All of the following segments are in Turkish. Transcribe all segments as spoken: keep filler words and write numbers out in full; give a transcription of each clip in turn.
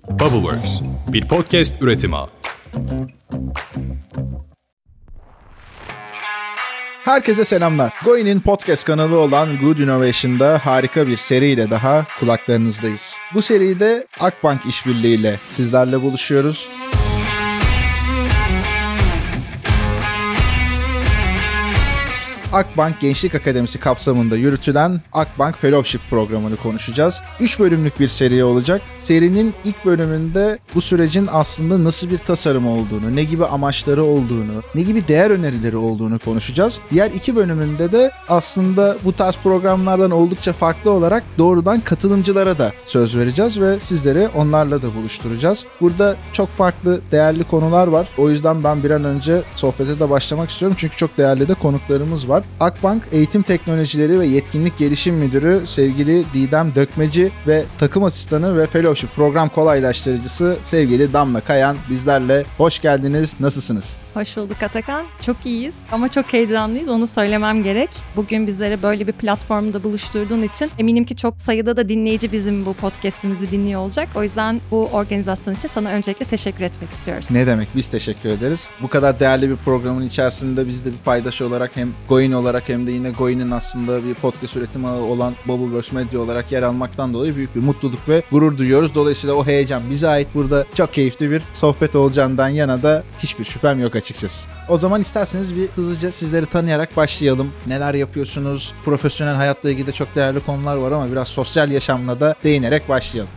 Bubbleworks, bir podcast üretimi. Herkese selamlar. Goin'in podcast kanalı olan Good Innovation'da harika bir seriyle daha kulaklarınızdayız. Bu seride Akbank işbirliğiyle sizlerle buluşuyoruz. Akbank Gençlik Akademisi kapsamında yürütülen Akbank Fellowship programını konuşacağız. üç bölümlük bir seri olacak. Serinin ilk bölümünde bu sürecin aslında nasıl bir tasarım olduğunu, ne gibi amaçları olduğunu, ne gibi değer önerileri olduğunu konuşacağız. Diğer iki bölümünde de aslında bu tarz programlardan oldukça farklı olarak doğrudan katılımcılara da söz vereceğiz ve sizleri onlarla da buluşturacağız. Burada çok farklı değerli konular var. O yüzden ben bir an önce sohbete de başlamak istiyorum çünkü çok değerli de konuklarımız var. Akbank Eğitim Teknolojileri ve Yetkinlik Gelişim Müdürü sevgili Didem Dökmeci ve takım asistanı ve Fellowship Program Kolaylaştırıcısı sevgili Damla Kayan bizlerle. Hoş geldiniz. Nasılsınız? Hoş bulduk Atakan. Çok iyiyiz ama çok heyecanlıyız. Onu söylemem gerek. Bugün bizlere böyle bir platformda buluşturduğun için eminim ki çok sayıda da dinleyici bizim bu podcast'imizi dinliyor olacak. O yüzden bu organizasyon için sana öncelikle teşekkür etmek istiyoruz. Ne demek? Biz teşekkür ederiz. Bu kadar değerli bir programın içerisinde biz de bir paydaş olarak hem Goin olarak hem de yine Goin'in aslında bir podcast üretim ağı olan Bubbleworks Medya olarak yer almaktan dolayı büyük bir mutluluk ve gurur duyuyoruz. Dolayısıyla o heyecan bize ait, burada çok keyifli bir sohbet olacağından yana da hiçbir şüphem yok açıkçası. O zaman isterseniz bir hızlıca sizleri tanıyarak başlayalım. Neler yapıyorsunuz? Profesyonel hayatla ilgili de çok değerli konular var ama biraz sosyal yaşamla da değinerek başlayalım.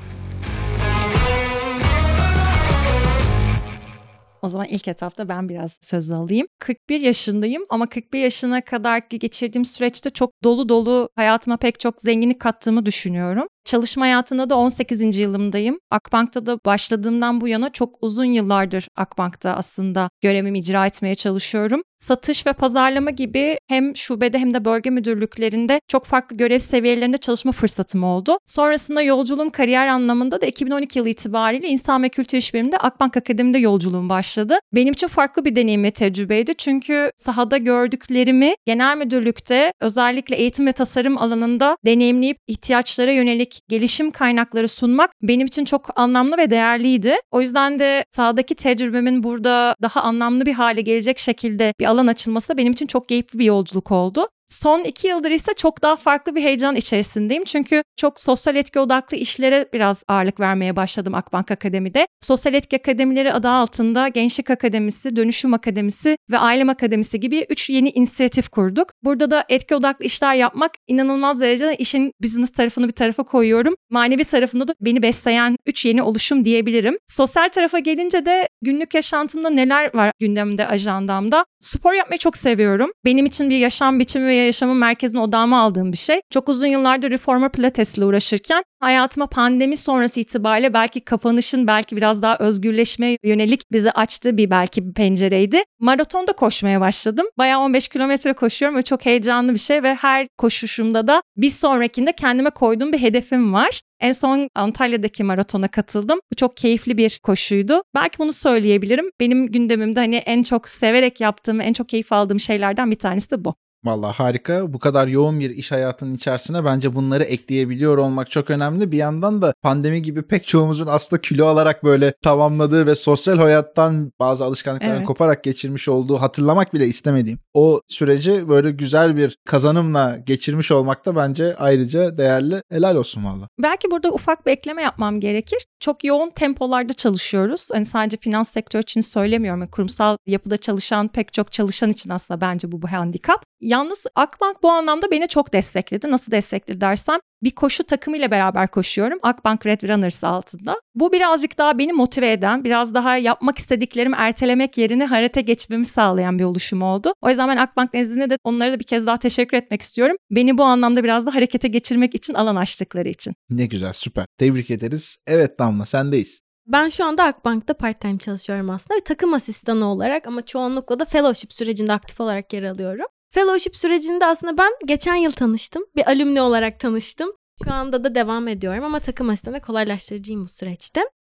O zaman ilk etapta ben biraz söz alayım. kırk bir yaşındayım ama kırk bir yaşına kadar geçirdiğim süreçte çok dolu dolu hayatıma pek çok zenginlik kattığımı düşünüyorum. Çalışma hayatında da on sekizinci yılımdayım. Akbank'ta da başladığımdan bu yana çok uzun yıllardır Akbank'ta aslında görevimi icra etmeye çalışıyorum. Satış ve pazarlama gibi hem şubede hem de bölge müdürlüklerinde çok farklı görev seviyelerinde çalışma fırsatım oldu. Sonrasında yolculuğum kariyer anlamında da iki bin on iki yılı itibariyle İnsan ve Kültür İşbirliği'nde Akbank Akademi'de yolculuğum başladı. Benim için farklı bir deneyim ve tecrübeydi çünkü sahada gördüklerimi genel müdürlükte özellikle eğitim ve tasarım alanında deneyimleyip ihtiyaçlara yönelik gelişim kaynakları sunmak benim için çok anlamlı ve değerliydi. O yüzden de sahadaki tecrübemin burada daha anlamlı bir hale gelecek şekilde bir alan açılması da benim için çok keyifli bir yolculuk oldu. Son iki yıldır ise çok daha farklı bir heyecan içerisindeyim. Çünkü çok sosyal etki odaklı işlere biraz ağırlık vermeye başladım Akbank Akademi'de. Sosyal etki akademileri adı altında Gençlik Akademisi, Dönüşüm Akademisi ve Ailem Akademisi gibi üç yeni inisiyatif kurduk. Burada da etki odaklı işler yapmak inanılmaz derecede işin business tarafını bir tarafa koyuyorum. Manevi tarafında da beni besleyen üç yeni oluşum diyebilirim. Sosyal tarafa gelince de günlük yaşantımda neler var gündemde, ajandamda? Spor yapmayı çok seviyorum. Benim için bir yaşam biçimi ve yaşamın merkezine odağıma aldığım bir şey. Çok uzun yıllardır Reformer Pilates'le uğraşırken hayatıma pandemi sonrası itibariyle belki kapanışın belki biraz daha özgürleşmeye yönelik bizi açtığı bir belki bir pencereydi. Maratonda koşmaya başladım. Bayağı on beş kilometre koşuyorum ve çok heyecanlı bir şey ve her koşuşumda da bir sonrakinde kendime koyduğum bir hedefim var. En son Antalya'daki maratona katıldım. Bu çok keyifli bir koşuydu. Belki bunu söyleyebilirim. Benim gündemimde hani en çok severek yaptığım, en çok keyif aldığım şeylerden bir tanesi de bu. Vallahi harika. Bu kadar yoğun bir iş hayatının içerisine bence bunları ekleyebiliyor olmak çok önemli. Bir yandan da pandemi gibi pek çoğumuzun aslında kilo alarak böyle tamamladığı ve sosyal hayattan bazı alışkanlıklarını evet. koparak geçirmiş olduğu, hatırlamak bile istemediğim o süreci böyle güzel bir kazanımla geçirmiş olmak da bence ayrıca değerli. Helal olsun valla. Belki burada ufak bir ekleme yapmam gerekir. Çok yoğun tempolarda çalışıyoruz. Hani sadece finans sektörü için söylemiyorum. Yani kurumsal yapıda çalışan pek çok çalışan için aslında bence bu bu handikap. Yalnız Akbank bu anlamda beni çok destekledi. Nasıl destekledi dersem bir koşu takımıyla beraber koşuyorum. Akbank Red Runners altında. Bu birazcık daha beni motive eden, biraz daha yapmak istediklerimi ertelemek yerine harekete geçmemi sağlayan bir oluşum oldu. O yüzden ben Akbank nezdinde de onlara da bir kez daha teşekkür etmek istiyorum. Beni bu anlamda biraz da harekete geçirmek için alan açtıkları için. Ne güzel, süper. Tebrik ederiz. Evet Damla, sendeyiz. Ben şu anda Akbank'ta part-time çalışıyorum aslında ve takım asistanı olarak ama çoğunlukla da fellowship sürecinde aktif olarak yer alıyorum. Fellowship sürecinde aslında ben geçen yıl tanıştım. Bir alümni olarak tanıştım. Şu anda da devam ediyorum ama takım asistanı kolaylaştırıcıyım bu süreçte.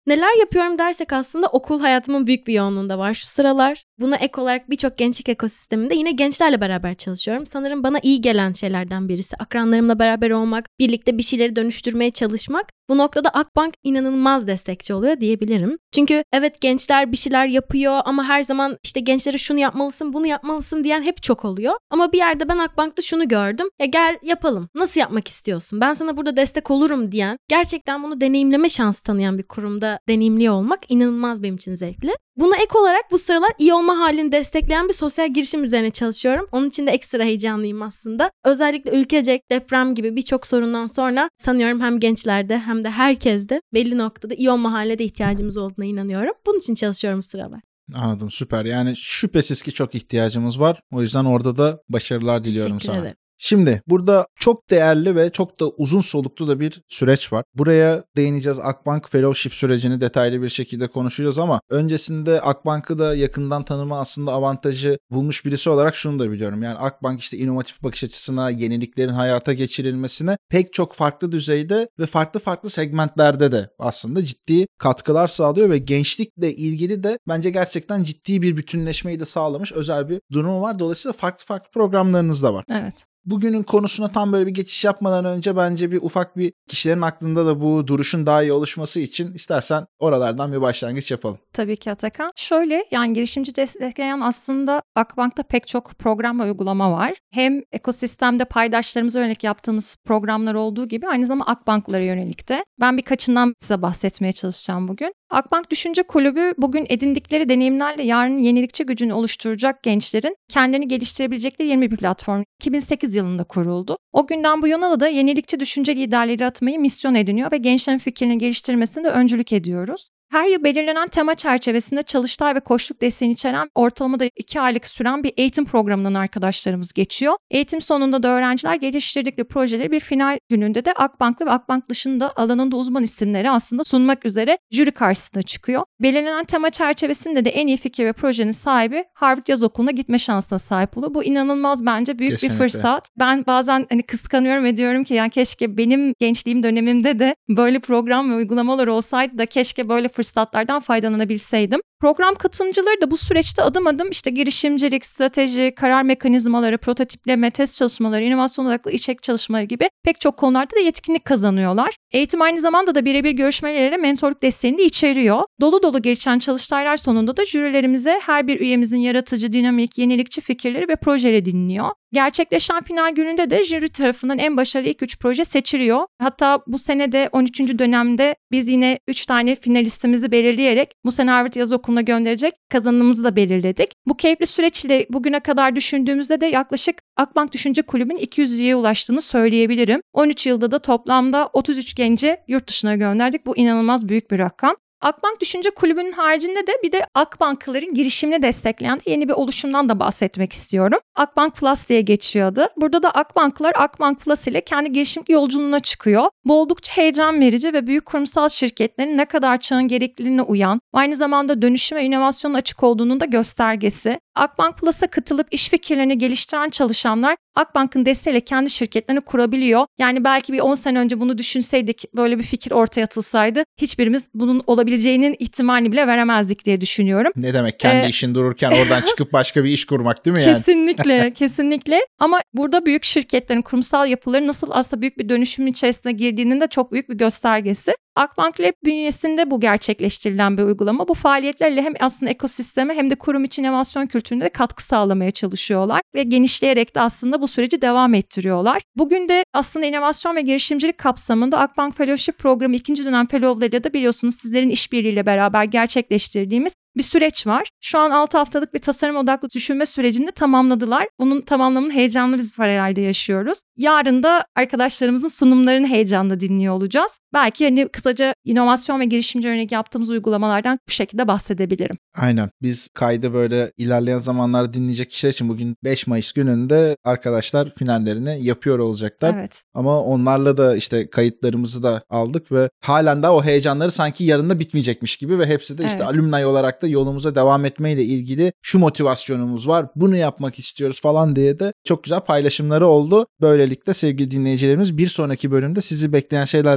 Neler yapıyorum dersek aslında okul hayatımın büyük bir yoğunluğunda var şu sıralar. Buna ek olarak birçok gençlik ekosisteminde yine gençlerle beraber çalışıyorum. Sanırım bana iyi gelen şeylerden birisi. Akranlarımla beraber olmak, birlikte bir şeyleri dönüştürmeye çalışmak. Bu noktada Akbank inanılmaz destekçi oluyor diyebilirim. Çünkü evet gençler bir şeyler yapıyor ama her zaman işte gençlere şunu yapmalısın, bunu yapmalısın diyen hep çok oluyor. Ama bir yerde ben Akbank'ta şunu gördüm. Ya gel yapalım. Nasıl yapmak istiyorsun? Ben sana burada destek olurum diyen, gerçekten bunu deneyimleme şansı tanıyan bir kurumda deneyimli olmak inanılmaz benim için zevkli. Buna ek olarak bu sıralar iyi olma halini destekleyen bir sosyal girişim üzerine çalışıyorum. Onun için de ekstra heyecanlıyım aslında. Özellikle ülkecek, deprem gibi birçok sorundan sonra sanıyorum hem gençlerde hem de herkeste belli noktada iyi olma haline de ihtiyacımız olduğuna inanıyorum. Bunun için çalışıyorum bu sıralar. Anladım, süper. Yani şüphesiz ki çok ihtiyacımız var. O yüzden orada da başarılar diliyorum Teşekkür sana. ederim. Şimdi burada çok değerli ve çok da uzun soluklu da bir süreç var. Buraya değineceğiz. Akbank Fellowship sürecini detaylı bir şekilde konuşacağız ama öncesinde Akbank'ı da yakından tanıma aslında avantajı bulmuş birisi olarak şunu da biliyorum. Yani Akbank işte inovatif bakış açısına, yeniliklerin hayata geçirilmesine pek çok farklı düzeyde ve farklı farklı segmentlerde de aslında ciddi katkılar sağlıyor ve gençlikle ilgili de bence gerçekten ciddi bir bütünleşmeyi de sağlamış özel bir durumu var. Dolayısıyla farklı farklı programlarınız da var. Evet. Bugünün konusuna tam böyle bir geçiş yapmadan önce bence bir ufak bir kişilerin aklında da bu duruşun daha iyi oluşması için istersen oralardan bir başlangıç yapalım. Tabii ki Atakan. Şöyle, yani girişimci destekleyen aslında Akbank'ta pek çok program ve uygulama var. Hem ekosistemde paydaşlarımıza yönelik yaptığımız programlar olduğu gibi aynı zamanda Akbank'lara yönelik de. Ben birkaçından size bahsetmeye çalışacağım bugün. Akbank Düşünce Kulübü bugün edindikleri deneyimlerle yarının yenilikçi gücünü oluşturacak gençlerin kendini geliştirebilecekleri yeni bir platform. iki bin sekiz yılında kuruldu. O günden bu yana da yenilikçi düşünce liderleri atmayı misyon ediniyor ve gençlerin fikrini geliştirmesinde öncülük ediyoruz. Her yıl belirlenen tema çerçevesinde çalıştay ve koçluk desteğini içeren ortalamada iki aylık süren bir eğitim programından arkadaşlarımız geçiyor. Eğitim sonunda da öğrenciler geliştirdikleri projeleri bir final gününde de Akbank'lı ve Akbank dışında alanında uzman isimleri aslında sunmak üzere jüri karşısına çıkıyor. Belirlenen tema çerçevesinde de en iyi fikir ve projenin sahibi Harvard Yaz Okulu'na gitme şansına sahip oluyor. Bu inanılmaz bence büyük Kesinlikle. bir fırsat. Ben bazen hani kıskanıyorum ve diyorum ki yani keşke benim gençliğim dönemimde de böyle program ve uygulamalar olsaydı da keşke böyle fırsatlardan faydalanabilseydim. Program katılımcıları da bu süreçte adım adım işte girişimcilik, strateji, karar mekanizmaları, prototipleme, test çalışmaları, inovasyon odaklı içerik çalışmaları gibi pek çok konularda da yetkinlik kazanıyorlar. Eğitim aynı zamanda da birebir görüşmeleriyle mentorluk desteğini de içeriyor. Dolu dolu geçen çalıştaylar sonunda da jürilerimize her bir üyemizin yaratıcı, dinamik, yenilikçi fikirleri ve projeleri dinliyor. Gerçekleşen final gününde de jüri tarafından en başarılı ilk üç proje seçiliyor. Hatta bu sene de on üçüncü dönemde biz yine üç tane finalistimizi belirleyerek bu sene Harvard Yaz Okulu'na gönderecek kazanımımızı da belirledik. Bu keyifli süreç ile bugüne kadar düşündüğümüzde de yaklaşık Akbank Düşünce Kulübü'nün iki yüz üyeye ulaştığını söyleyebilirim. on üç yılda da toplamda otuz üç gence yurt dışına gönderdik. Bu inanılmaz büyük bir rakam. Akbank Düşünce Kulübü'nün haricinde de bir de Akbanklıların girişimini destekleyen yeni bir oluşumdan da bahsetmek istiyorum. Akbank Plus diye geçiyordu. Burada da Akbanklılar Akbank Plus ile kendi girişim yolculuğuna çıkıyor. Bu oldukça heyecan verici ve büyük kurumsal şirketlerin ne kadar çağın gerekliliğine uyan, aynı zamanda dönüşüm ve inovasyona açık olduğunun da göstergesi. Akbank Plus'a katılıp iş fikirlerini geliştiren çalışanlar Akbank'ın desteğiyle kendi şirketlerini kurabiliyor. Yani belki bir on sene önce bunu düşünseydik, böyle bir fikir ortaya atılsaydı hiçbirimiz bunun olabileceğinin ihtimalini bile veremezdik diye düşünüyorum. Ne demek kendi ee, işin dururken oradan çıkıp başka bir iş kurmak değil mi yani? Kesinlikle, kesinlikle. Ama burada büyük şirketlerin kurumsal yapıları nasıl aslında büyük bir dönüşümün içerisine girdiğinin de çok büyük bir göstergesi. Akbank Lab bünyesinde bu gerçekleştirilen bir uygulama. Bu faaliyetlerle hem aslında ekosisteme hem de kurum içi inovasyon kültürüne de katkı sağlamaya çalışıyorlar ve genişleyerek de aslında bu süreci devam ettiriyorlar. Bugün de aslında inovasyon ve girişimcilik kapsamında Akbank Fellowship Programı ikinci dönem fellowlarıyla da biliyorsunuz sizlerin işbirliğiyle beraber gerçekleştirdiğimiz bir süreç var. Şu an altı haftalık bir tasarım odaklı düşünme sürecini tamamladılar. Bunun tamamlamını heyecanlı biz paralelde yaşıyoruz. Yarın da arkadaşlarımızın sunumlarını heyecanla dinliyor olacağız. Belki hani kısaca inovasyon ve girişimci yönelik yaptığımız uygulamalardan bu şekilde bahsedebilirim. Aynen. Biz kaydı böyle ilerleyen zamanlarda dinleyecek kişiler için bugün beş Mayıs gününde arkadaşlar finallerini yapıyor olacaklar. Evet. Ama onlarla da işte kayıtlarımızı da aldık ve halen daha o heyecanları sanki yarın da bitmeyecekmiş gibi ve hepsi de işte evet. alumni olarak da yolumuza devam etmeyle ilgili şu motivasyonumuz var, bunu yapmak istiyoruz falan diye de çok güzel paylaşımları oldu. Böylelikle sevgili dinleyicilerimiz bir sonraki bölümde sizi bekleyen şeylerle ilgili de böyle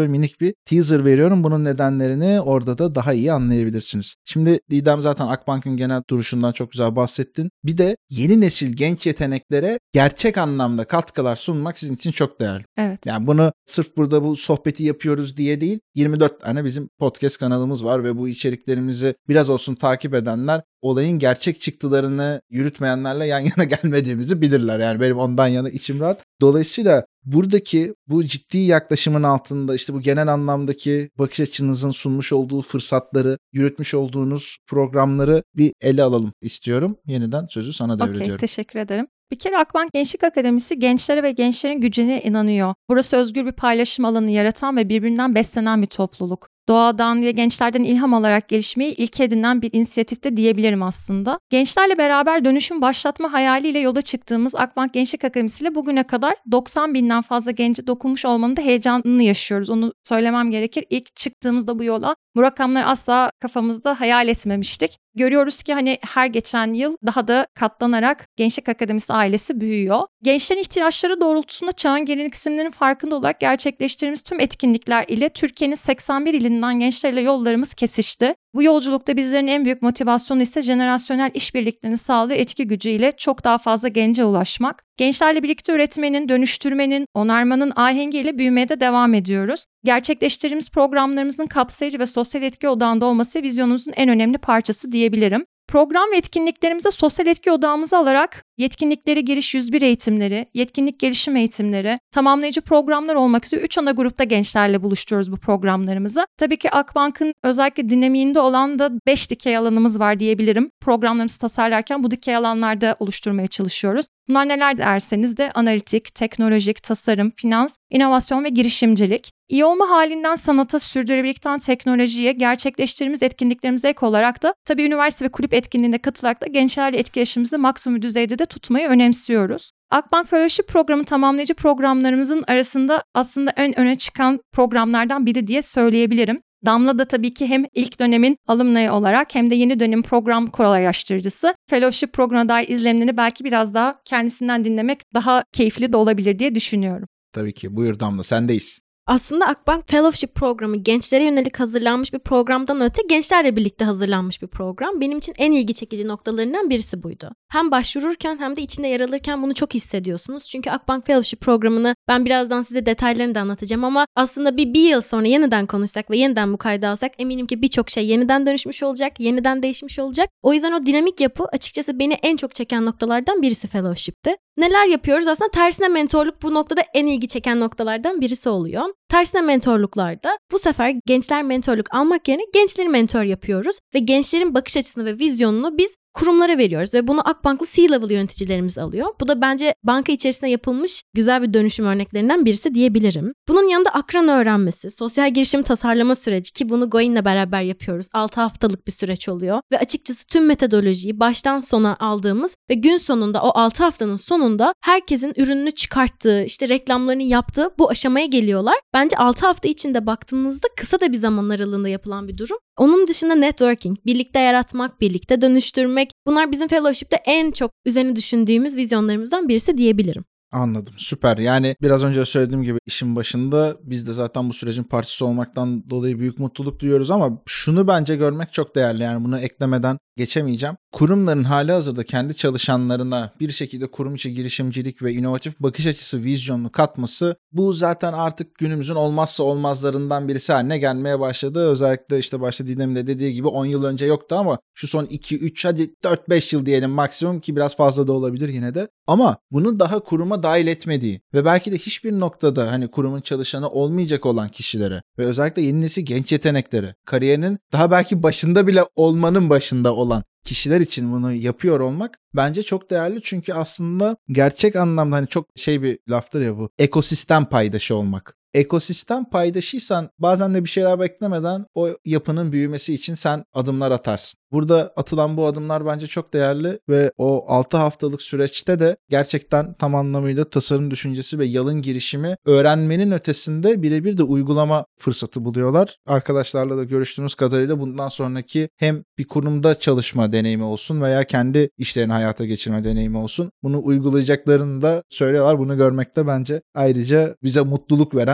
minik bir teaser veriyorum. Bunun nedenlerini orada da daha iyi anlayabilirsiniz. Şimdi Didem zaten Akbank'ın genel duruşundan çok güzel bahsettin. Bir de yeni nesil genç yeteneklere gerçek anlamda katkılar sunmak sizin için çok değerli. Evet. Yani bunu sırf burada bu sohbeti yapıyoruz diye değil, yirmi dört tane bizim podcast kanalımız var ve bu içeriklerimizi biraz olsun takip edenler olayın gerçek çıktılarını yürütmeyenlerle yan yana gelmediğimizi bilirler. Yani benim ondan yana içim rahat. Dolayısıyla buradaki bu ciddi yaklaşımın altında işte bu genel anlamdaki bakış açınızın sunmuş olduğu fırsatları, yürütmüş olduğunuz programları bir ele alalım istiyorum. Yeniden sözü sana devrediyorum. Okey, teşekkür ederim. Bir kere Akbank Gençlik Akademisi gençlere ve gençlerin gücüne inanıyor. Burası özgür bir paylaşım alanı yaratan ve birbirinden beslenen bir topluluk. Doğadan ve gençlerden ilham alarak gelişmeyi ilke edinen bir inisiyatifte diyebilirim aslında. Gençlerle beraber dönüşüm başlatma hayaliyle yola çıktığımız Akbank Gençlik Akademisi ile bugüne kadar doksan binden fazla gence dokunmuş olmanın da heyecanını yaşıyoruz. Onu söylemem gerekir. İlk çıktığımızda bu yola bu rakamları asla kafamızda hayal etmemiştik. Görüyoruz ki hani her geçen yıl daha da katlanarak Gençlik Akademisi ailesi büyüyor. Gençlerin ihtiyaçları doğrultusunda çağın gereksinimlerinin farkında olarak gerçekleştirdiğimiz tüm etkinlikler ile Türkiye'nin seksen bir ilinden gençlerle yollarımız kesişti. Bu yolculukta bizlerin en büyük motivasyonu ise jenerasyonel işbirliklerini sağladığı etki gücüyle çok daha fazla gence ulaşmak. Gençlerle birlikte üretmenin, dönüştürmenin, onarmanın ahengiyle büyümeye de devam ediyoruz. Gerçekleştirdiğimiz programlarımızın kapsayıcı ve sosyal etki odağında olması vizyonumuzun en önemli parçası diyebilirim. Program ve etkinliklerimizde sosyal etki odağımızı alarak yetkinliklere giriş yüz bir eğitimleri, yetkinlik gelişim eğitimleri, tamamlayıcı programlar olmak üzere üç ana grupta gençlerle buluşturuyoruz bu programlarımızı. Tabii ki Akbank'ın özellikle dinamiğinde olan da beş dikey alanımız var diyebilirim. Programlarımızı tasarlarken bu dikey alanlarda oluşturmaya çalışıyoruz. Bunlar neler derseniz de analitik, teknolojik, tasarım, finans, inovasyon ve girişimcilik. İyi olma halinden sanata, sürdürülebilirlikten teknolojiye gerçekleştirdiğimiz etkinliklerimize ek olarak da tabii üniversite ve kulüp etkinliğine katılarak da gençlerle etkileşimimizi maksimum düzeyde de tutmayı önemsiyoruz. Akbank Fellowship programı tamamlayıcı programlarımızın arasında aslında en öne çıkan programlardan biri diye söyleyebilirim. Damla da tabii ki hem ilk dönemin alumni olarak hem de yeni dönem program kolaylaştırıcısı. Fellowship programına dair izlenimlerini belki biraz daha kendisinden dinlemek daha keyifli de olabilir diye düşünüyorum. Tabii ki. Buyur Damla, sendeyiz. Aslında Akbank Fellowship programı gençlere yönelik hazırlanmış bir programdan öte gençlerle birlikte hazırlanmış bir program. Benim için en ilgi çekici noktalarından birisi buydu. Hem başvururken hem de içinde yer alırken bunu çok hissediyorsunuz. Çünkü Akbank Fellowship programını ben birazdan size detaylarını da anlatacağım ama aslında bir, bir yıl sonra yeniden konuşsak ve yeniden bu kaydı alsak eminim ki birçok şey yeniden dönüşmüş olacak, yeniden değişmiş olacak. O yüzden o dinamik yapı açıkçası beni en çok çeken noktalardan birisi Fellowship'ti. Neler yapıyoruz? Aslında tersine mentorluk bu noktada en ilgi çeken noktalardan birisi oluyor. Tersine mentorluklarda bu sefer gençler mentorluk almak yerine gençleri mentor yapıyoruz ve gençlerin bakış açısını ve vizyonunu biz kurumlara veriyoruz ve bunu Akbank'lı C-level yöneticilerimiz alıyor. Bu da bence banka içerisinde yapılmış güzel bir dönüşüm örneklerinden birisi diyebilirim. Bunun yanında akran öğrenmesi, sosyal girişim tasarlama süreci ki bunu Goin'le beraber yapıyoruz. altı haftalık bir süreç oluyor ve açıkçası tüm metodolojiyi baştan sona aldığımız ve gün sonunda o altı haftanın sonunda herkesin ürününü çıkarttığı, işte reklamlarını yaptığı bu aşamaya geliyorlar. Bence altı hafta içinde baktığınızda kısa da bir zaman aralığında yapılan bir durum. Onun dışında networking, birlikte yaratmak, birlikte dönüştürmek bunlar bizim fellowship'te en çok üzerine düşündüğümüz vizyonlarımızdan birisi diyebilirim. Anladım. Süper. Yani biraz önce söylediğim gibi işin başında biz de zaten bu sürecin parçası olmaktan dolayı büyük mutluluk duyuyoruz ama şunu bence görmek çok değerli. Yani bunu eklemeden geçemeyeceğim. Kurumların halihazırda kendi çalışanlarına bir şekilde kurum içi girişimcilik ve inovatif bakış açısı vizyonunu katması bu zaten artık günümüzün olmazsa olmazlarından birisi haline gelmeye başladı. Özellikle işte başta Didem'in de dediği gibi on yıl önce yoktu ama şu son iki üç hadi dört beş yıl diyelim maksimum ki biraz fazla da olabilir yine de. Ama bunu daha kuruma dahil etmediği ve belki de hiçbir noktada hani kurumun çalışanı olmayacak olan kişilere ve özellikle yeni nesil genç yeteneklere, kariyerinin daha belki başında bile olmanın başında olan kişiler için bunu yapıyor olmak bence çok değerli. Çünkü aslında gerçek anlamda hani çok şey bir laftır ya bu ekosistem paydaşı olmak. Ekosistem paydaşıysan bazen de bir şeyler beklemeden o yapının büyümesi için sen adımlar atarsın. Burada atılan bu adımlar bence çok değerli ve o altı haftalık süreçte de gerçekten tam anlamıyla tasarım düşüncesi ve yalın girişimi öğrenmenin ötesinde birebir de uygulama fırsatı buluyorlar. Arkadaşlarla da görüştüğümüz kadarıyla bundan sonraki hem bir kurumda çalışma deneyimi olsun veya kendi işlerini hayata geçirme deneyimi olsun. Bunu uygulayacaklarını da söylüyorlar. Bunu görmek de bence ayrıca bize mutluluk veren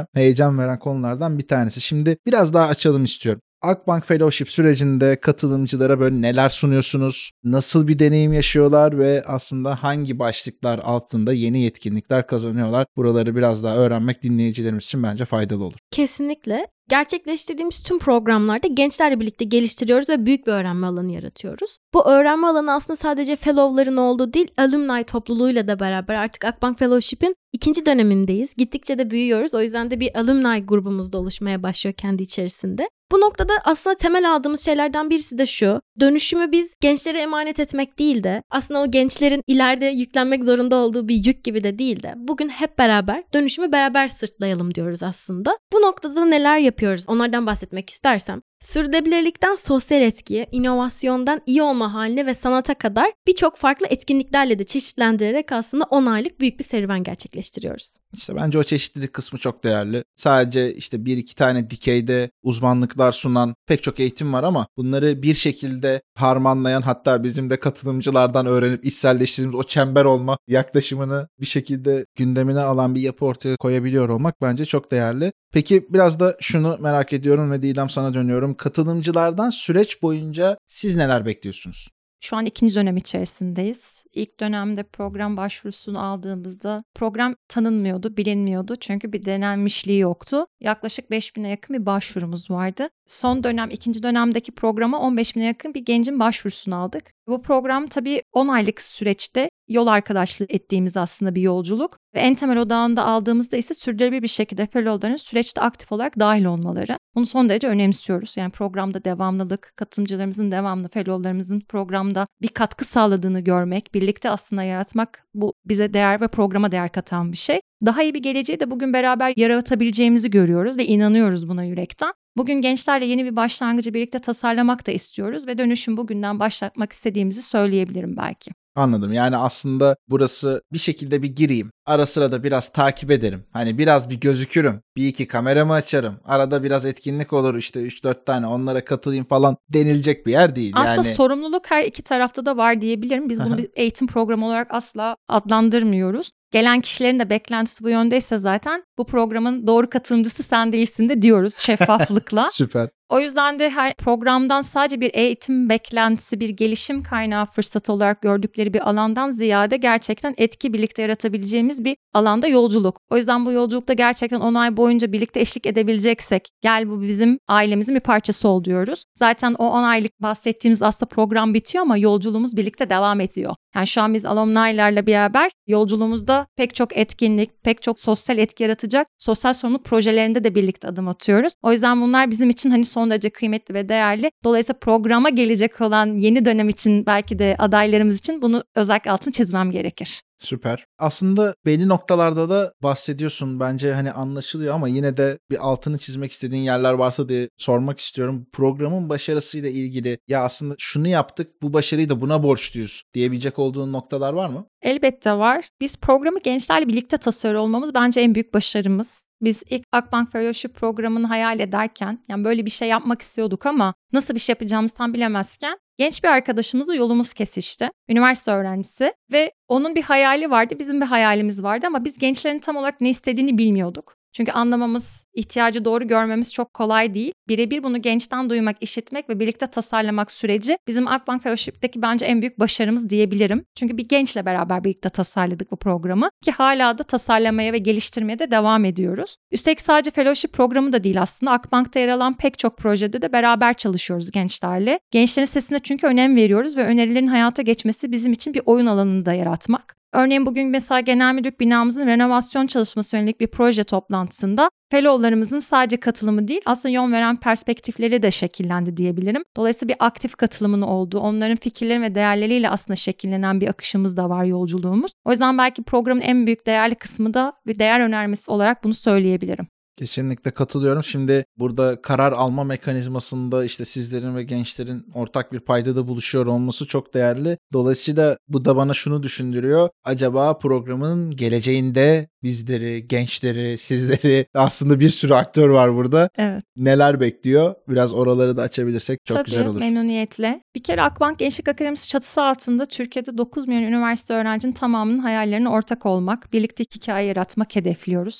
baya heyecan veren konulardan bir tanesi. Şimdi biraz daha açalım istiyorum. Akbank Fellowship sürecinde katılımcılara böyle neler sunuyorsunuz? Nasıl bir deneyim yaşıyorlar ve aslında hangi başlıklar altında yeni yetkinlikler kazanıyorlar? Buraları biraz daha öğrenmek dinleyicilerimiz için bence faydalı olur. Kesinlikle. Gerçekleştirdiğimiz tüm programlarda gençlerle birlikte geliştiriyoruz ve büyük bir öğrenme alanı yaratıyoruz. Bu öğrenme alanı aslında sadece fellow'ların olduğu değil, alumni topluluğuyla da beraber artık Akbank Fellowship'in ikinci dönemindeyiz. Gittikçe de büyüyoruz. O yüzden de bir alumni grubumuz da oluşmaya başlıyor kendi içerisinde. Bu noktada aslında temel aldığımız şeylerden birisi de şu. Dönüşümü biz gençlere emanet etmek değil de aslında o gençlerin ileride yüklenmek zorunda olduğu bir yük gibi de değil de bugün hep beraber dönüşümü beraber sırtlayalım diyoruz aslında. Bu noktada neler yapıyoruz? Onlardan bahsetmek istersem. Sürdürülebilirlikten sosyal etkiye, inovasyondan iyi olma haline ve sanata kadar birçok farklı etkinliklerle de çeşitlendirerek aslında on aylık büyük bir serüven gerçekleştiriyoruz. İşte bence o çeşitlilik kısmı çok değerli. Sadece işte bir iki tane dikeyde uzmanlıklar sunan pek çok eğitim var ama bunları bir şekilde harmanlayan, hatta bizim de katılımcılardan öğrenip içselleştirdiğimiz o çember olma yaklaşımını bir şekilde gündemine alan bir yapı ortaya koyabiliyor olmak bence çok değerli. Peki biraz da şunu merak ediyorum ve Didem sana dönüyorum. Katılımcılardan süreç boyunca siz neler bekliyorsunuz? Şu an ikinci dönem içerisindeyiz. İlk dönemde program başvurusunu aldığımızda program tanınmıyordu, bilinmiyordu. Çünkü bir denenmişliği yoktu. Yaklaşık beş bine yakın bir başvurumuz vardı. Son dönem, ikinci dönemdeki programa on beş bine yakın bir gencin başvurusunu aldık. Bu program tabii on aylık süreçte yol arkadaşlığı ettiğimiz aslında bir yolculuk. Ve en temel odağında aldığımızda ise sürdürülebilir bir şekilde fellow'ların süreçte aktif olarak dahil olmaları. Bunu son derece önemsiyoruz. Yani programda devamlılık, katılımcılarımızın devamlı, fellow'larımızın programda bir katkı sağladığını görmek, birlikte aslında yaratmak, bu bize değer ve programa değer katan bir şey. Daha iyi bir geleceği de bugün beraber yaratabileceğimizi görüyoruz ve inanıyoruz buna yürekten. Bugün gençlerle yeni bir başlangıcı birlikte tasarlamak da istiyoruz ve dönüşüm bugünden başlatmak istediğimizi söyleyebilirim belki. Anladım. Yani aslında burası bir şekilde bir gireyim. Ara sıra da biraz takip ederim. Hani biraz bir gözükürüm. Bir iki kameramı açarım. Arada biraz etkinlik olur, işte üç dört tane, onlara katılayım falan denilecek bir yer değil. Aslında yani... sorumluluk her iki tarafta da var diyebilirim. Biz bunu bir eğitim programı olarak asla adlandırmıyoruz. Gelen kişilerin de beklentisi bu yöndeyse zaten bu programın doğru katılımcısı sen değilsin de diyoruz şeffaflıkla. Süper. O yüzden de her programdan sadece bir eğitim beklentisi, bir gelişim kaynağı fırsatı olarak gördükleri bir alandan ziyade gerçekten etki birlikte yaratabileceğimiz bir alanda yolculuk. O yüzden bu yolculukta gerçekten on ay boyunca birlikte eşlik edebileceksek, gel bu bizim ailemizin bir parçası ol diyoruz. Zaten o on aylık bahsettiğimiz aslında program bitiyor ama yolculuğumuz birlikte devam ediyor. Yani şu an biz alumni'lerle beraber yolculuğumuzda pek çok etkinlik, pek çok sosyal etki yaratacak sosyal sorumluluk projelerinde de birlikte adım atıyoruz. O yüzden bunlar bizim için hani son derece kıymetli ve değerli. Dolayısıyla programa gelecek olan yeni dönem için, belki de adaylarımız için bunu özellikle altını çizmem gerekir. Süper. Aslında belli noktalarda da bahsediyorsun. Bence hani anlaşılıyor ama yine de bir altını çizmek istediğin yerler varsa diye sormak istiyorum. Programın başarısıyla ilgili ya aslında şunu yaptık, bu başarıyı da buna borçluyuz diyebilecek olduğun noktalar var mı? Elbette var. Biz programı gençlerle birlikte tasarıyor olmamız bence en büyük başarımız. Biz ilk Akbank Fellowship programını hayal ederken, yani böyle bir şey yapmak istiyorduk ama nasıl bir şey yapacağımızı tam bilemezken genç bir arkadaşımızla yolumuz kesişti. Üniversite öğrencisi ve onun bir hayali vardı, bizim bir hayalimiz vardı ama biz gençlerin tam olarak ne istediğini bilmiyorduk. Çünkü anlamamız, ihtiyacı doğru görmemiz çok kolay değil. Birebir bunu gençten duymak, işitmek ve birlikte tasarlamak süreci bizim Akbank Fellowship'teki bence en büyük başarımız diyebilirim. Çünkü bir gençle beraber birlikte tasarladık bu programı ki hala da tasarlamaya ve geliştirmeye de devam ediyoruz. Üstelik sadece Fellowship programı da değil aslında. Akbank'ta yer alan pek çok projede de beraber çalışıyoruz gençlerle. Gençlerin sesine çünkü önem veriyoruz ve önerilerin hayata geçmesi bizim için bir oyun alanını da yaratmak. Örneğin bugün mesela Genel Müdürlük binamızın renovasyon çalışması yönelik bir proje toplantısında fellow'larımızın sadece katılımı değil, aslında yön veren perspektifleri de şekillendi diyebilirim. Dolayısıyla bir aktif katılımın olduğu, onların fikirleri ve değerleriyle aslında şekillenen bir akışımız da var, yolculuğumuz. O yüzden belki programın en büyük değerli kısmı da bir değer önermesi olarak bunu söyleyebilirim. Kesinlikle katılıyorum. Şimdi burada karar alma mekanizmasında işte sizlerin ve gençlerin ortak bir paydada buluşuyor olması çok değerli. Dolayısıyla bu da bana şunu düşündürüyor. Acaba programın geleceğinde bizleri, gençleri, sizleri, aslında bir sürü aktör var burada. Evet. Neler bekliyor? Biraz oraları da açabilirsek çok Tabii, güzel olur. Tabii, memnuniyetle. Bir kere Akbank Gençlik Akademisi çatısı altında Türkiye'de dokuz milyon üniversite öğrencinin tamamının hayallerine ortak olmak, birlikte hikaye yaratmak hedefliyoruz.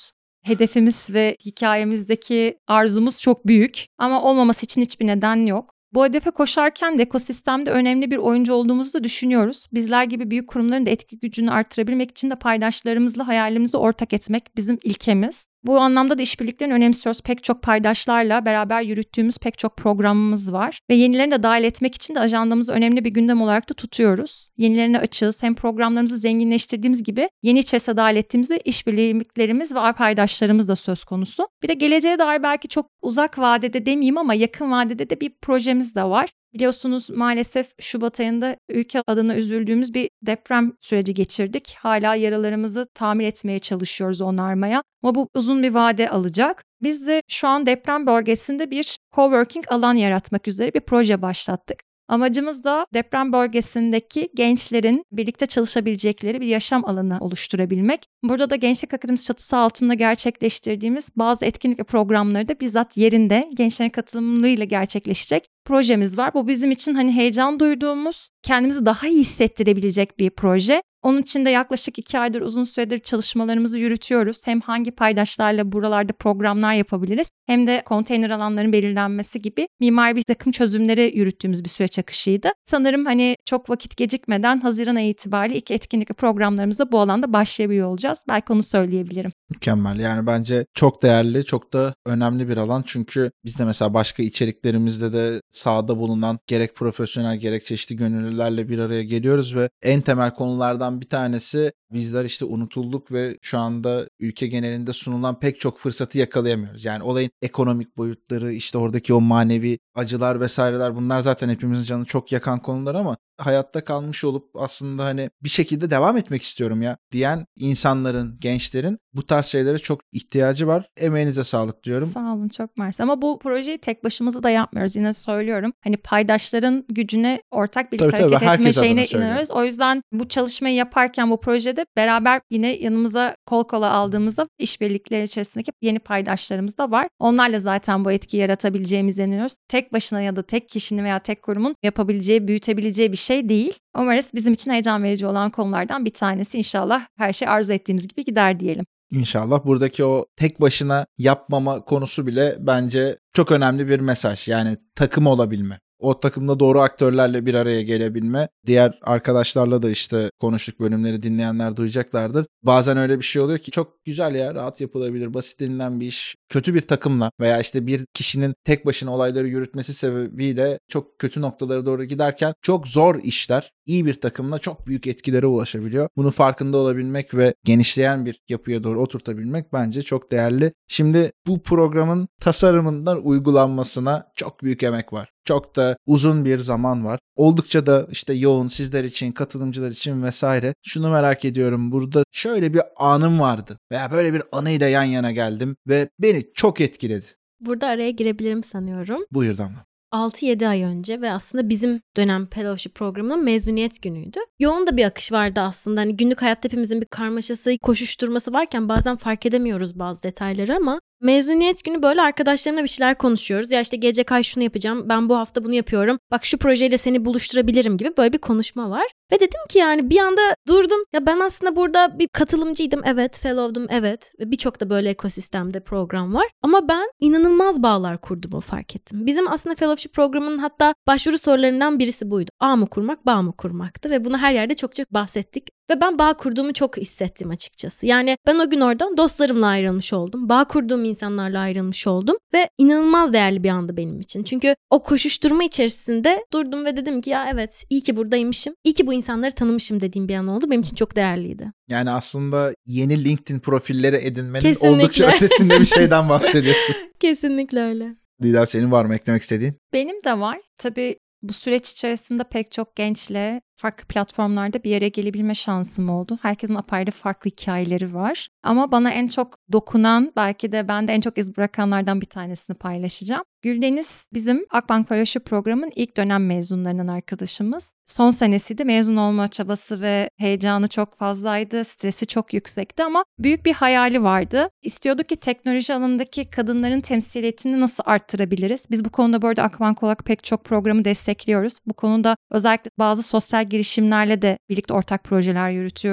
hedefimiz ve hikayemizdeki arzumuz çok büyük ama olmaması için hiçbir neden yok. Bu hedefe koşarken de ekosistemde önemli bir oyuncu olduğumuzu da düşünüyoruz. Bizler gibi büyük kurumların da etki gücünü artırabilmek için de paydaşlarımızla hayalimizi ortak etmek bizim ilkemiz. Bu anlamda da işbirliklerini önemsiyoruz. Pek çok paydaşlarla beraber yürüttüğümüz pek çok programımız var. Ve yenilerini de dahil etmek için de ajandamızı önemli bir gündem olarak da tutuyoruz. Yenilerine açığız. Hem programlarımızı zenginleştirdiğimiz gibi yeni içerisine dahil ettiğimizde işbirliklerimiz ve paydaşlarımız da söz konusu. Bir de geleceğe dair belki çok uzak vadede demeyeyim ama yakın vadede de bir projemiz de var. Biliyorsunuz maalesef Şubat ayında ülke adına üzüldüğümüz bir deprem süreci geçirdik. Hala yaralarımızı tamir etmeye çalışıyoruz, onarmaya. Ama bu uzun bir vade alacak. Biz de şu an deprem bölgesinde bir coworking alan yaratmak üzere bir proje başlattık. Amacımız da deprem bölgesindeki gençlerin birlikte çalışabilecekleri bir yaşam alanı oluşturabilmek. Burada da Gençlik Akademisi çatısı altında gerçekleştirdiğimiz bazı etkinlik ve programları da bizzat yerinde gençlerin katılımıyla gerçekleşecek projemiz var. Bu bizim için hani heyecan duyduğumuz, kendimizi daha iyi hissettirebilecek bir proje. Onun için de yaklaşık iki aydır uzun süredir çalışmalarımızı yürütüyoruz. Hem hangi paydaşlarla buralarda programlar yapabiliriz hem de konteyner alanların belirlenmesi gibi mimari bir takım çözümleri yürüttüğümüz bir süreç akışıydı. Sanırım hani çok vakit gecikmeden Haziran ayı itibariyle ilk etkinlik ve programlarımıza bu alanda başlayabiliyor olacağız. Belki onu söyleyebilirim. Mükemmel. Yani bence çok değerli, çok da önemli bir alan. Çünkü biz de mesela başka içeriklerimizde de sahada bulunan gerek profesyonel gerek çeşitli gönüllülerle bir araya geliyoruz ve en temel konulardan bir tanesi bizler işte unutulduk ve şu anda ülke genelinde sunulan pek çok fırsatı yakalayamıyoruz. Yani olayın ekonomik boyutları, işte oradaki o manevi acılar vesaireler, bunlar zaten hepimizin canını çok yakan konular ama hayatta kalmış olup aslında hani bir şekilde devam etmek istiyorum ya diyen insanların, gençlerin bu tarz şeylere çok ihtiyacı var. Emeğinize sağlık diyorum. Sağ olun, çok mersi. Ama bu projeyi tek başımıza da yapmıyoruz. Yine söylüyorum. Hani paydaşların gücüne ortak birlikte Tabii, hareket tabii, etme şeyine herkes adına inanıyoruz. O yüzden bu çalışmayı yaparken bu projede beraber yine yanımıza kol kola aldığımızda işbirlikleri içerisindeki yeni paydaşlarımız da var. Onlarla zaten bu etkiyi yaratabileceğimize inanıyoruz. Tek başına ya da tek kişinin veya tek kurumun yapabileceği, büyütebileceği bir şey değil. Umarız bizim için heyecan verici olan konulardan bir tanesi. İnşallah her şey arzu ettiğimiz gibi gider diyelim. İnşallah. Buradaki o tek başına yapmama konusu bile bence çok önemli bir mesaj. Yani takım olabilme. O takımda doğru aktörlerle bir araya gelebilme. Diğer arkadaşlarla da işte konuştuk, bölümleri dinleyenler duyacaklardır. Bazen öyle bir şey oluyor ki çok güzel ya, rahat yapılabilir, basit denilen bir iş kötü bir takımla veya işte bir kişinin tek başına olayları yürütmesi sebebiyle çok kötü noktalara doğru giderken çok zor işler iyi bir takımla çok büyük etkilere ulaşabiliyor. Bunun farkında olabilmek ve genişleyen bir yapıya doğru oturtabilmek bence çok değerli. Şimdi bu programın tasarımından uygulanmasına çok büyük emek var. Çok da uzun bir zaman var. Oldukça da işte yoğun, sizler için, katılımcılar için vesaire. Şunu merak ediyorum, burada şöyle bir anım vardı veya böyle bir anıyla yan yana geldim ve beni çok etkiledi. Burada araya girebilirim sanıyorum. Buyur Damla. altı yedi ay önce ve aslında bizim dönem fellowship programının mezuniyet günüydü. Yoğun da bir akış vardı aslında. Hani günlük hayatta hepimizin bir karmaşası, koşuşturması varken bazen fark edemiyoruz bazı detayları ama mezuniyet günü böyle arkadaşlarımla bir şeyler konuşuyoruz. Ya işte gelecek ay şunu yapacağım, ben bu hafta bunu yapıyorum. Bak şu projeyle seni buluşturabilirim gibi böyle bir konuşma var. Ve dedim ki yani bir anda durdum. Ya ben aslında burada bir katılımcıydım, evet, fellow'dum, evet. Ve birçok da böyle ekosistemde program var. Ama ben inanılmaz bağlar kurduğumu fark ettim. Bizim aslında fellowship programının hatta başvuru sorularından birisi buydu. Ağ mı kurmak, bağ mı kurmaktı ve bunu her yerde çok çok bahsettik. Ve ben bağ kurduğumu çok hissettim açıkçası. Yani ben o gün oradan dostlarımla ayrılmış oldum. Bağ kurduğum insanlarla ayrılmış oldum. Ve inanılmaz değerli bir andı benim için. Çünkü o koşuşturma içerisinde durdum ve dedim ki ya evet, iyi ki buradaymışım. İyi ki bu insanları tanımışım dediğim bir an oldu. Benim için çok değerliydi. Yani aslında yeni LinkedIn profilleri edinmenin Kesinlikle. oldukça ötesinde bir şeyden bahsediyorsun. Kesinlikle öyle. Didem, senin var mı eklemek istediğin? Benim de var. Tabii bu süreç içerisinde pek çok gençle farklı platformlarda bir yere gelebilme şansım oldu. Herkesin apayrı farklı hikayeleri var. Ama bana en çok dokunan, belki de bende en çok iz bırakanlardan bir tanesini paylaşacağım. Güldeniz bizim Akbank Fellowship programının ilk dönem mezunlarının arkadaşımız. Son senesiydi. Mezun olma çabası ve heyecanı çok fazlaydı. Stresi çok yüksekti ama büyük bir hayali vardı. İstiyordu ki teknoloji alanındaki kadınların temsiliyetini nasıl arttırabiliriz? Biz bu konuda bu arada Akbank olarak pek çok programı destekliyoruz. Bu konuda özellikle bazı sosyal girişimlerle de birlikte ortak projeler yürütüyoruz.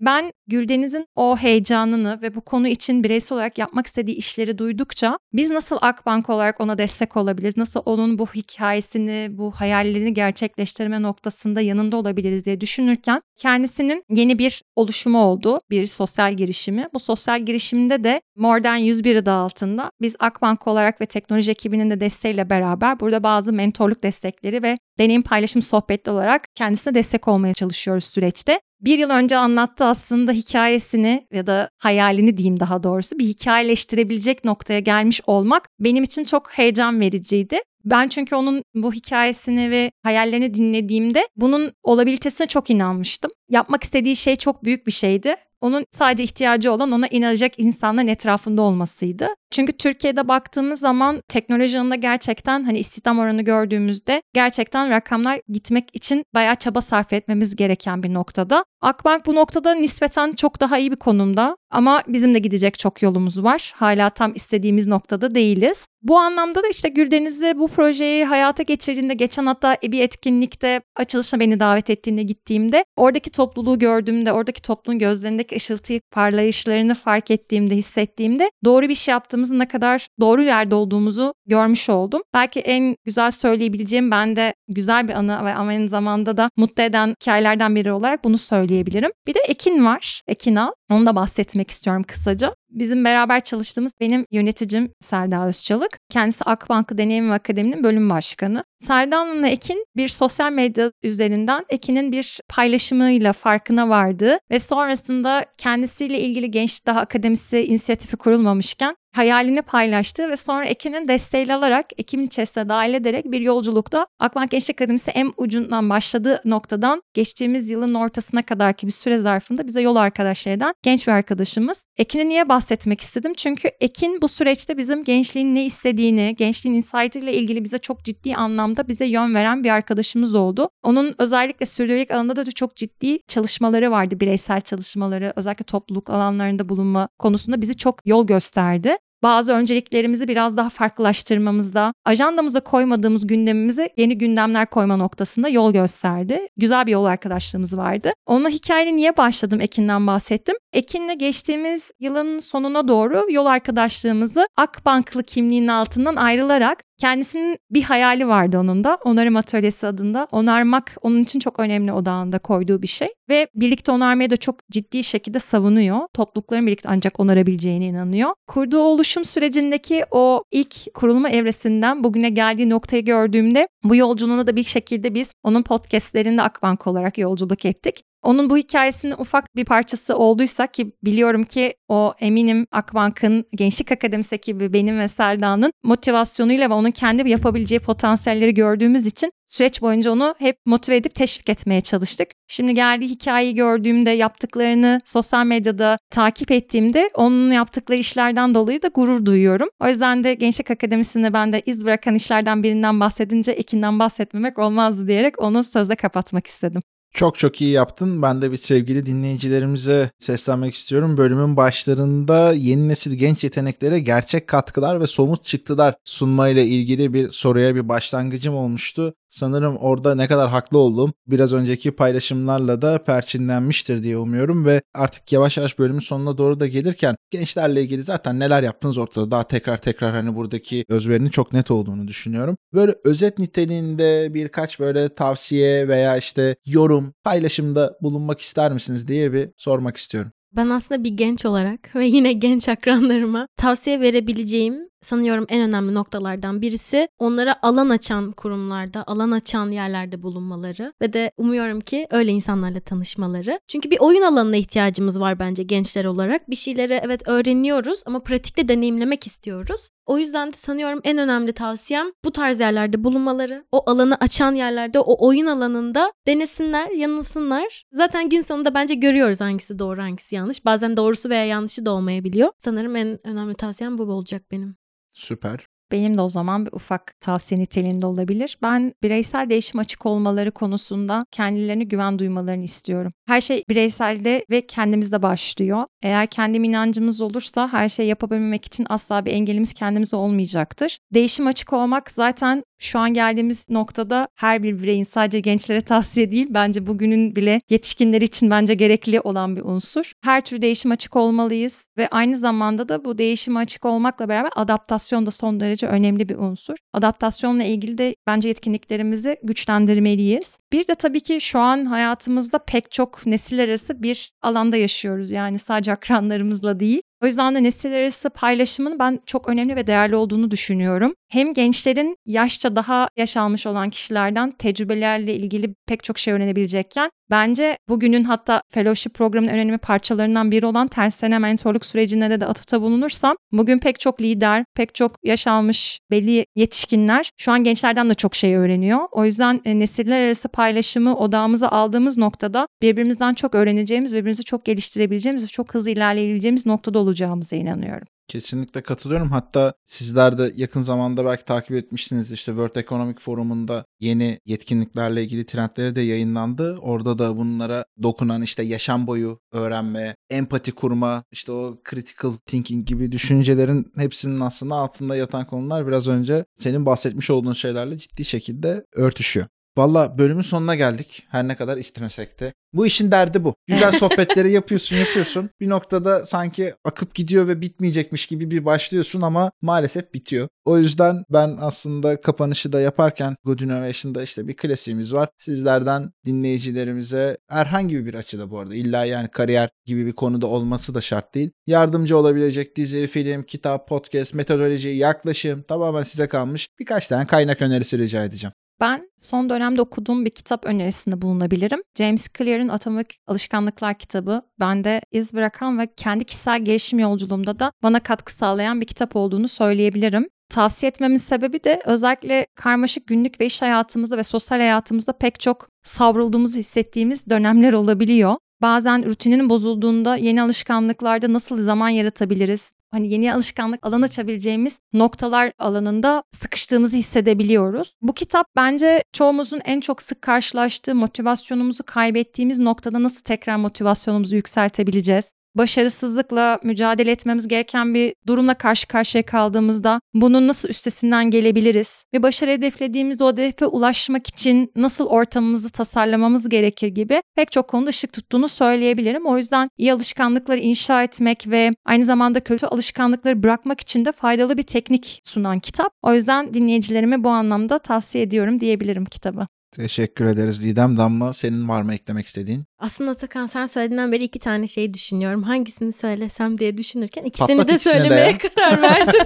Ben Güldeniz'in o heyecanını ve bu konu için bireysel olarak yapmak istediği işleri duydukça biz nasıl Akbank olarak ona destek olabiliriz, nasıl onun bu hikayesini, bu hayallerini gerçekleştirme noktasında yanında olabiliriz diye düşünürken kendisinin yeni bir oluşumu oldu, bir sosyal girişimi. Bu sosyal girişimde de More Than yüz bir adı altında biz Akbank olarak ve teknoloji ekibinin de desteğiyle beraber burada bazı mentorluk destekleri ve deneyim paylaşım sohbetli olarak kendisine destek olmaya çalışıyoruz süreçte. Bir yıl önce anlattığı aslında hikayesini ya da hayalini diyeyim daha doğrusu bir hikayeleştirebilecek noktaya gelmiş olmak benim için çok heyecan vericiydi. Ben çünkü onun bu hikayesini ve hayallerini dinlediğimde bunun olabilitesine çok inanmıştım. Yapmak istediği şey çok büyük bir şeydi. Onun sadece ihtiyacı olan ona inanacak insanların etrafında olmasıydı. Çünkü Türkiye'de baktığımız zaman teknoloji alanında gerçekten hani istihdam oranı gördüğümüzde gerçekten rakamlar gitmek için bayağı çaba sarf etmemiz gereken bir noktada. Akbank bu noktada nispeten çok daha iyi bir konumda ama bizim de gidecek çok yolumuz var. Hala tam istediğimiz noktada değiliz. Bu anlamda da işte Güldeniz'le bu projeyi hayata geçirdiğinde geçen hatta bir etkinlikte açılışına beni davet ettiğinde gittiğimde oradaki topluluğu gördüğümde oradaki topluluğun gözlerindeki ışıltıyı parlayışlarını fark ettiğimde hissettiğimde doğru bir şey yaptığımızın ne kadar doğru yerde olduğumuzu görmüş oldum. Belki en güzel söyleyebileceğim ben de güzel bir anı ve aynı zamanda da mutlu eden hikayelerden biri olarak bunu söyleyebilirim. Bir de Ekin var. Ekin Al. Onu da bahsetmek istiyorum kısaca. Bizim beraber çalıştığımız benim yöneticim Selda Özçalık. Kendisi Akbank Deneyim ve Akademi'nin bölüm başkanı. Selda Hanım'la Ekin bir sosyal medya üzerinden Ekin'in bir paylaşımıyla farkına vardı ve sonrasında kendisiyle ilgili Gençlik Daha Akademisi inisiyatifi kurulmamışken hayalini paylaştı ve sonra Ekin'in desteğiyle alarak ekibin içerisine dahil ederek bir yolculukta Akbank Gençlik Akademisi en ucundan başladığı noktadan geçtiğimiz yılın ortasına kadarki bir süre zarfında bize yol arkadaşlığı eden genç bir arkadaşımız. Ekin'i niye bahsetmek istedim? Çünkü Ekin bu süreçte bizim gençliğin ne istediğini, gençliğin insight'ıyla ilgili bize çok ciddi anlamda bize yön veren bir arkadaşımız oldu. Onun özellikle sürdürülebilirlik alanında da çok ciddi çalışmaları vardı, bireysel çalışmaları, özellikle topluluk alanlarında bulunma konusunda bizi çok yol gösterdi. Bazı önceliklerimizi biraz daha farklılaştırmamızda, ajandamıza koymadığımız gündemimizi yeni gündemler koyma noktasında yol gösterdi. Güzel bir yol arkadaşlığımız vardı. Onunla hikayeni niye başladım? Ekin'den bahsettim. Ekin'le geçtiğimiz yılın sonuna doğru yol arkadaşlığımızı Akbanklı kimliğinin altından ayrılarak kendisinin bir hayali vardı onun da. Onarım Atölyesi adında. Onarmak onun için çok önemli odağında koyduğu bir şey. Ve birlikte onarmayı da çok ciddi şekilde savunuyor. Toplulukların birlikte ancak onarabileceğine inanıyor. Kurduğu oluşum sürecindeki o ilk kurulma evresinden bugüne geldiği noktayı gördüğümde bu yolculuğuna da bir şekilde biz onun podcastlerinde Akbank olarak yolculuk ettik. Onun bu hikayesinin ufak bir parçası olduysa ki biliyorum ki o eminim Akbank'ın Gençlik Akademisi ekibi benim ve Selda'nın motivasyonuyla ve onun kendi yapabileceği potansiyelleri gördüğümüz için süreç boyunca onu hep motive edip teşvik etmeye çalıştık. Şimdi geldiği hikayeyi gördüğümde, yaptıklarını sosyal medyada takip ettiğimde onun yaptıkları işlerden dolayı da gurur duyuyorum. O yüzden de Gençlik Akademisi'nde ben de iz bırakan işlerden birinden bahsedince Ekin'den bahsetmemek olmazdı diyerek onu sözle kapatmak istedim. Çok çok iyi yaptın. Ben de bir sevgili dinleyicilerimize seslenmek istiyorum. Bölümün başlarında yeni nesil genç yeteneklere gerçek katkılar ve somut çıktılar sunmayla ilgili bir soruya bir başlangıcım olmuştu. Sanırım orada ne kadar haklı oldum. Biraz önceki paylaşımlarla da perçinlenmiştir diye umuyorum ve artık yavaş yavaş bölümün sonuna doğru da gelirken gençlerle ilgili zaten neler yaptınız ortada. Daha tekrar tekrar hani buradaki özverinin çok net olduğunu düşünüyorum. Böyle özet niteliğinde birkaç böyle tavsiye veya işte yorum, paylaşımda bulunmak ister misiniz diye bir sormak istiyorum. Ben aslında bir genç olarak ve yine genç akranlarıma tavsiye verebileceğim sanıyorum en önemli noktalardan birisi onlara alan açan kurumlarda, alan açan yerlerde bulunmaları ve de umuyorum ki öyle insanlarla tanışmaları. Çünkü bir oyun alanına ihtiyacımız var bence gençler olarak. Bir şeyleri evet öğreniyoruz ama pratikte deneyimlemek istiyoruz. O yüzden de sanıyorum en önemli tavsiyem bu tarz yerlerde bulunmaları, o alanı açan yerlerde, o oyun alanında denesinler, yanılsınlar. Zaten gün sonunda bence görüyoruz hangisi doğru, hangisi yanlış. Bazen doğrusu veya yanlışı da olmayabiliyor. Sanırım en önemli tavsiyem bu olacak benim. Süper. Benim de o zaman bir ufak tavsiye niteliğinde olabilir. Ben bireysel değişim açık olmaları konusunda kendilerine güven duymalarını istiyorum. Her şey bireyselde ve kendimizde başlıyor. Eğer kendim inancımız olursa her şeyi yapabilmek için asla bir engelimiz kendimize olmayacaktır. Değişim açık olmak zaten şu an geldiğimiz noktada her bir bireyin sadece gençlere tavsiye değil, bence bugünün bile yetişkinleri için bence gerekli olan bir unsur. Her tür değişim açık olmalıyız ve aynı zamanda da bu değişime açık olmakla beraber adaptasyon da son derece önemli bir unsur. Adaptasyonla ilgili de bence yetkinliklerimizi güçlendirmeliyiz. Bir de tabii ki şu an hayatımızda pek çok nesil arası bir alanda yaşıyoruz. Yani sadece akranlarımızla değil. O yüzden de nesil arası paylaşımın ben çok önemli ve değerli olduğunu düşünüyorum. Hem gençlerin yaşça daha yaş almış olan kişilerden tecrübelerle ilgili pek çok şey öğrenebilecekken, bence bugünün hatta fellowship programının önemli parçalarından biri olan tersine mentorluk sürecine de, de atıfta bulunursam, bugün pek çok lider, pek çok yaş almış belli yetişkinler şu an gençlerden de çok şey öğreniyor. O yüzden e, nesiller arası paylaşımı odağımıza aldığımız noktada birbirimizden çok öğreneceğimiz, birbirimizi çok geliştirebileceğimiz ve çok hızlı ilerleyebileceğimiz noktada olacağımıza inanıyorum. Kesinlikle katılıyorum. Hatta sizler de yakın zamanda belki takip etmişsiniz, işte World Economic Forum'unda yeni yetkinliklerle ilgili trendleri de yayınlandı. Orada da bunlara dokunan işte yaşam boyu öğrenme, empati kurma, işte o critical thinking gibi düşüncelerin hepsinin aslında altında yatan konular biraz önce senin bahsetmiş olduğun şeylerle ciddi şekilde örtüşüyor. Valla bölümün sonuna geldik. Her ne kadar istemesek de. Bu işin derdi bu. Güzel sohbetleri yapıyorsun yapıyorsun. Bir noktada sanki akıp gidiyor ve bitmeyecekmiş gibi bir başlıyorsun ama maalesef bitiyor. O yüzden ben aslında kapanışı da yaparken Good Innovation'da işte bir klasiğimiz var. Sizlerden dinleyicilerimize herhangi bir açıda, bu arada illa yani kariyer gibi bir konuda olması da şart değil, yardımcı olabilecek dizi, film, kitap, podcast, metodoloji, yaklaşım tamamen size kalmış birkaç tane kaynak önerisi rica edeceğim. Ben son dönemde okuduğum bir kitap önerisinde bulunabilirim. James Clear'ın Atomik Alışkanlıklar kitabı bende iz bırakan ve kendi kişisel gelişim yolculuğumda da bana katkı sağlayan bir kitap olduğunu söyleyebilirim. Tavsiye etmemin sebebi de özellikle karmaşık günlük ve iş hayatımızda ve sosyal hayatımızda pek çok savrulduğumuzu hissettiğimiz dönemler olabiliyor. Bazen rutinin bozulduğunda yeni alışkanlıklarda nasıl zaman yaratabiliriz? Hani yeni alışkanlık alan açabileceğimiz noktalar alanında sıkıştığımızı hissedebiliyoruz. Bu kitap bence çoğumuzun en çok sık karşılaştığı motivasyonumuzu kaybettiğimiz noktada nasıl tekrar motivasyonumuzu yükseltebileceğiz? Başarısızlıkla mücadele etmemiz gereken bir durumla karşı karşıya kaldığımızda bunun nasıl üstesinden gelebiliriz? Ve başarı hedeflediğimiz o hedefe ulaşmak için nasıl ortamımızı tasarlamamız gerekir gibi pek çok konuda ışık tuttuğunu söyleyebilirim. O yüzden iyi alışkanlıkları inşa etmek ve aynı zamanda kötü alışkanlıkları bırakmak için de faydalı bir teknik sunan kitap. O yüzden dinleyicilerime bu anlamda tavsiye ediyorum diyebilirim kitabı. Teşekkür ederiz Didem. Damla, senin var mı eklemek istediğin? Aslında Atakan, sen söylediğinden beri iki tane şey düşünüyorum. Hangisini söylesem diye düşünürken ikisini Patlat de ikisine söylemeye de karar verdim.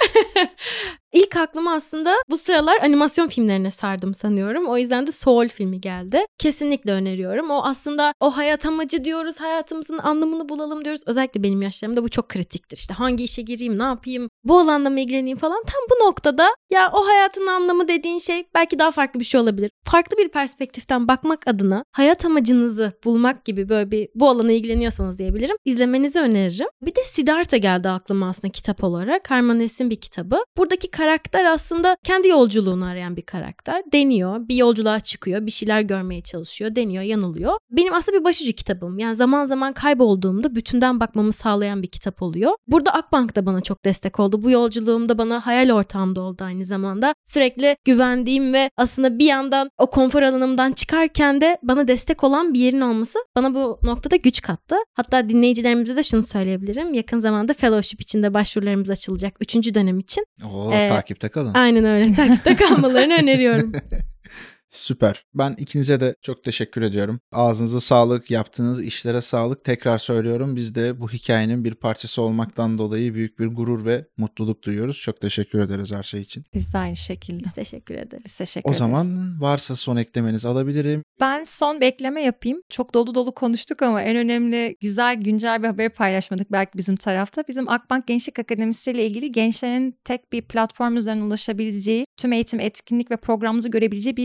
İlk aklıma aslında bu sıralar animasyon filmlerine sardım sanıyorum. O yüzden de Soul filmi geldi. Kesinlikle öneriyorum. O aslında o hayat amacı diyoruz, hayatımızın anlamını bulalım diyoruz. Özellikle benim yaşlarımda bu çok kritiktir. İşte hangi işe gireyim, ne yapayım, bu alanla mı ilgileneyim falan. Tam bu noktada ya o hayatın anlamı dediğin şey belki daha farklı bir şey olabilir. Farklı bir perspektiften bakmak adına hayat amacınızı bulmak gibi böyle bir bu alana ilgileniyorsanız diyebilirim. İzlemenizi öneririm. Bir de Siddhartha geldi aklıma aslında kitap olarak. Herman Hesse'in bir kitabı. Buradaki karakter aslında kendi yolculuğunu arayan bir karakter. Deniyor, bir yolculuğa çıkıyor, bir şeyler görmeye çalışıyor, deniyor, yanılıyor. Benim aslında bir başucu kitabım. Yani zaman zaman kaybolduğumda bütünden bakmamı sağlayan bir kitap oluyor. Burada Akbank da bana çok destek oldu. Bu yolculuğumda bana hayal ortağım da oldu aynı zamanda. Sürekli güvendiğim ve aslında bir yandan o konfor alanımdan çıkarken de bana destek olan bir yerin olması bana bu noktada güç kattı. Hatta dinleyicilerimize de şunu söyleyebilirim. Yakın zamanda fellowship için de başvurularımız açılacak. Üçüncü dönem için. Oo, Ee, takipte kalın. Aynen öyle. Takipte kalmalarını öneriyorum. Süper. Ben ikinize de çok teşekkür ediyorum. Ağzınıza sağlık, yaptığınız işlere sağlık. Tekrar söylüyorum, biz de bu hikayenin bir parçası olmaktan dolayı büyük bir gurur ve mutluluk duyuyoruz. Çok teşekkür ederiz her şey için. Biz de aynı şekilde. Biz teşekkür ederiz. Biz teşekkür O ederiz. zaman varsa son eklemenizi alabilirim. Ben son bir ekleme yapayım. Çok dolu dolu konuştuk ama en önemli güzel güncel bir haberi paylaşmadık belki bizim tarafta. Bizim Akbank Gençlik Akademisi ile ilgili gençlerin tek bir platform üzerinden ulaşabileceği, tüm eğitim, etkinlik ve programımızı görebileceği bir sayfa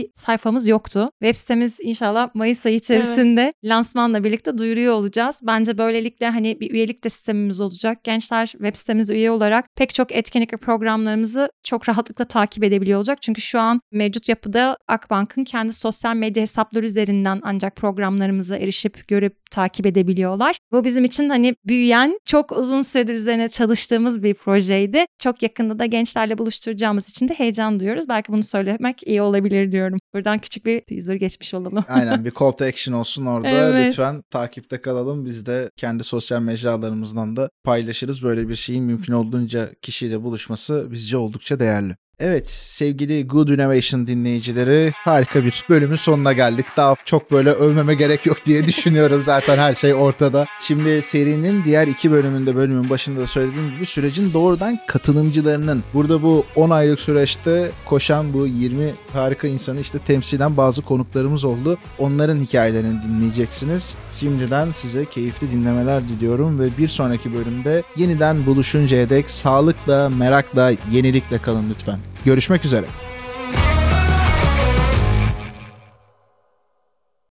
sayfamız yoktu. Web sitemiz inşallah Mayıs ayı içerisinde evet. lansmanla birlikte duyuruyor olacağız. Bence böylelikle hani bir üyelik de sistemimiz olacak. Gençler web sitemize üye olarak pek çok etkinlik ve programlarımızı çok rahatlıkla takip edebiliyor olacak. Çünkü şu an mevcut yapıda Akbank'ın kendi sosyal medya hesapları üzerinden ancak programlarımıza erişip görüp takip edebiliyorlar. Bu bizim için hani büyüyen, çok uzun süredir üzerine çalıştığımız bir projeydi. Çok yakında da gençlerle buluşturacağımız için de heyecan duyuyoruz. Belki bunu söylemek iyi olabilir diyorum. Buradan küçük bir teaser geçmiş olalım. Aynen, bir call to action olsun orada. Evet. Lütfen takipte kalalım. Biz de kendi sosyal mecralarımızdan da paylaşırız. Böyle bir şeyin mümkün olduğunca kişiyle buluşması bizce oldukça değerli. Evet, sevgili Good Innovation dinleyicileri, harika bir bölümün sonuna geldik. Daha çok böyle övmeme gerek yok diye düşünüyorum. Zaten her şey ortada. Şimdi serinin diğer iki bölümünde, bölümün başında da söylediğim gibi sürecin doğrudan katılımcılarının, burada bu on aylık süreçte koşan bu yirmi harika insanı işte temsilen bazı konuklarımız oldu. Onların hikayelerini dinleyeceksiniz. Şimdiden size keyifli dinlemeler diliyorum ve bir sonraki bölümde yeniden buluşuncaya dek sağlıkla, merakla, yenilikle kalın lütfen. Görüşmek üzere.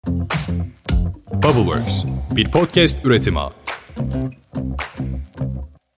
Bubbleworks, bir podcast üretimi.